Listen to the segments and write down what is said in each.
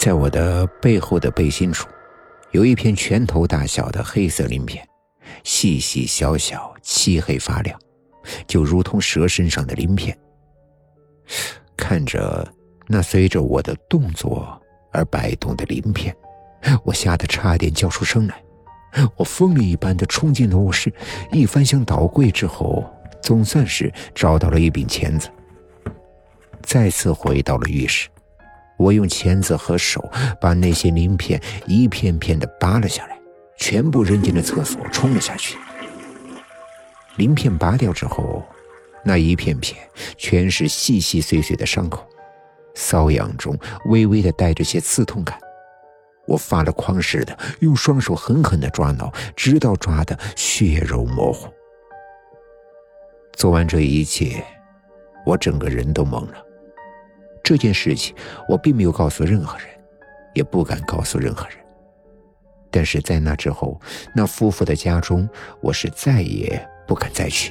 在我的背后的背心处，有一片拳头大小的黑色鳞片，细细小小，漆黑发亮，就如同蛇身上的鳞片。看着那随着我的动作而摆动的鳞片，我吓得差点叫出声来。我疯了一般的冲进了卧室，一翻箱倒柜之后，总算是找到了一柄钳子。再次回到了浴室，我用钳子和手把那些鳞片一片片的拔了下来，全部扔进了厕所，冲了下去。鳞片拔掉之后，那一片片全是细细碎碎的伤口，瘙痒中微微的带着些刺痛感。我发了狂似的用双手狠狠地抓挠，直到抓得血肉模糊。做完这一切，我整个人都懵了。这件事情我并没有告诉任何人，也不敢告诉任何人。但是在那之后，那夫妇的家中，我是再也不敢再去。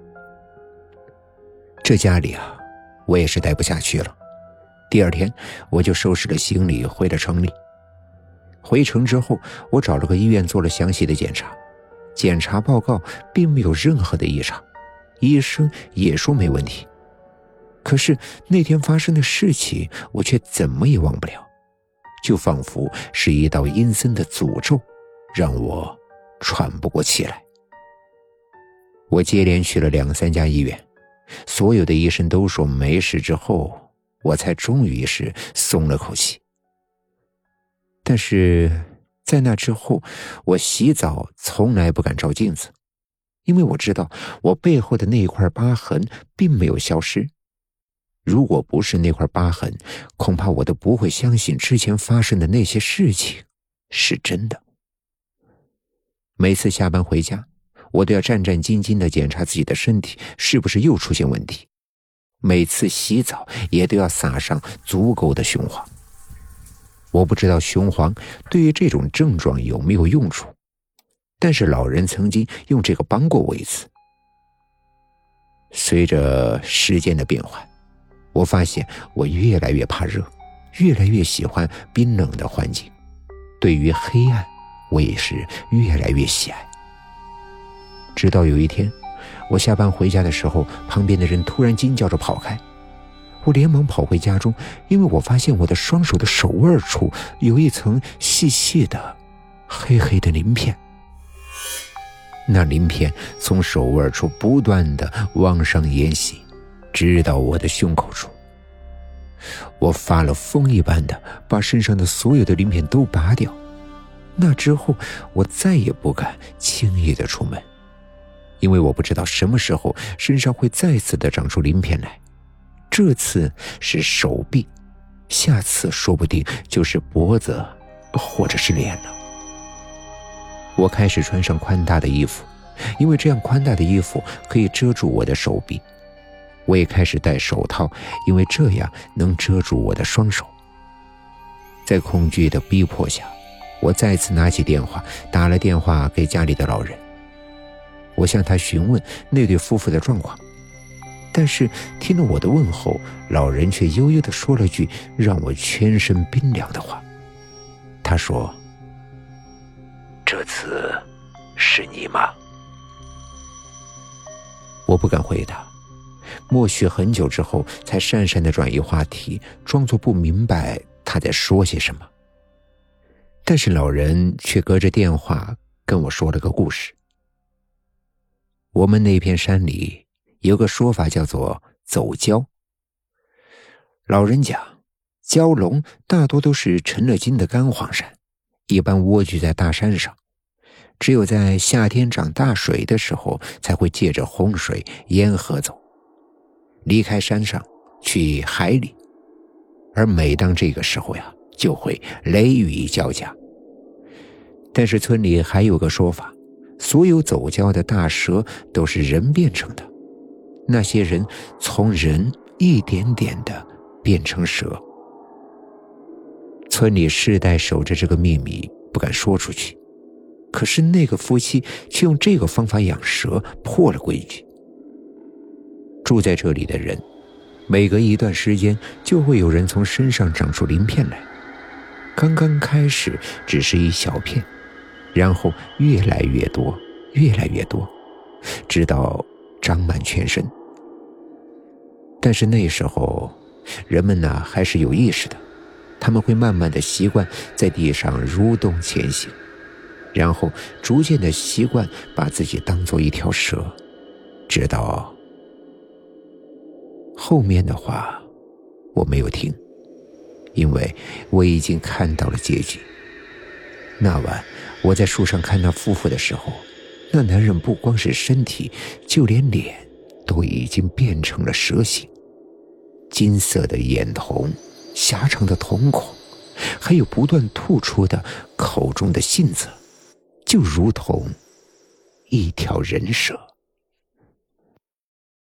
这家里啊，我也是待不下去了。第二天，我就收拾了行李回了城里。回城之后，我找了个医院做了详细的检查，检查报告并没有任何的异常，医生也说没问题。可是那天发生的事情，我却怎么也忘不了，就仿佛是一道阴森的诅咒，让我喘不过气来。我接连去了2、3家医院，所有的医生都说没事之后，我才终于是松了口气。但是在那之后，我洗澡从来不敢照镜子，因为我知道我背后的那一块疤痕并没有消失。如果不是那块疤痕，恐怕我都不会相信之前发生的那些事情是真的。每次下班回家，我都要战战兢兢地检查自己的身体是不是又出现问题。每次洗澡也都要撒上足够的雄黄。我不知道雄黄对于这种症状有没有用处，但是老人曾经用这个帮过我一次。随着时间的变换，我发现我越来越怕热，越来越喜欢冰冷的环境。对于黑暗，我也是越来越喜爱。直到有一天，我下班回家的时候，旁边的人突然惊叫着跑开。我连忙跑回家中，因为我发现我的双手的手腕处有一层细细的黑黑的鳞片。那鳞片从手腕处不断地往上延袭，直到我的胸口处。我发了疯一般的把身上的所有的鳞片都拔掉。那之后，我再也不敢轻易地出门，因为我不知道什么时候身上会再次的长出鳞片来。这次是手臂，下次说不定就是脖子或者是脸了。我开始穿上宽大的衣服，因为这样宽大的衣服可以遮住我的手臂。我也开始戴手套，因为这样能遮住我的双手。在恐惧的逼迫下，我再次拿起电话，打了电话给家里的老人。我向他询问那对夫妇的状况，但是听了我的问候，老人却悠悠地说了句让我全身冰凉的话。他说：“这次是你吗？”我不敢回答，默许很久之后，才讪讪地转移话题，装作不明白他在说些什么。但是老人却隔着电话跟我说了个故事。我们那片山里有个说法叫做走蛟。老人讲，蛟龙大多都是成了精的干黄山，一般蜗居在大山上，只有在夏天涨大水的时候，才会借着洪水沿河走，离开山上去海里。而每当这个时候呀，就会雷雨交加。但是村里还有个说法，所有走蛟的大蛇都是人变成的，那些人从人一点点的变成蛇。村里世代守着这个秘密，不敢说出去。可是那个夫妻却用这个方法养蛇，破了规矩。住在这里的人，每隔一段时间就会有人从身上长出鳞片来， 刚刚开始只是一小片，然后越来越多，越来越多，直到长满全身。但是那时候人们呢还是有意识的，他们会慢慢的习惯在地上蠕动前行，然后逐渐的习惯把自己当作一条蛇，直到后面的话我没有听，因为我已经看到了结局。那晚我在树上看那夫妇的时候，那男人不光是身体，就连脸都已经变成了蛇形，金色的眼瞳，狭长的瞳孔，还有不断吐出的口中的信子，就如同一条人蛇。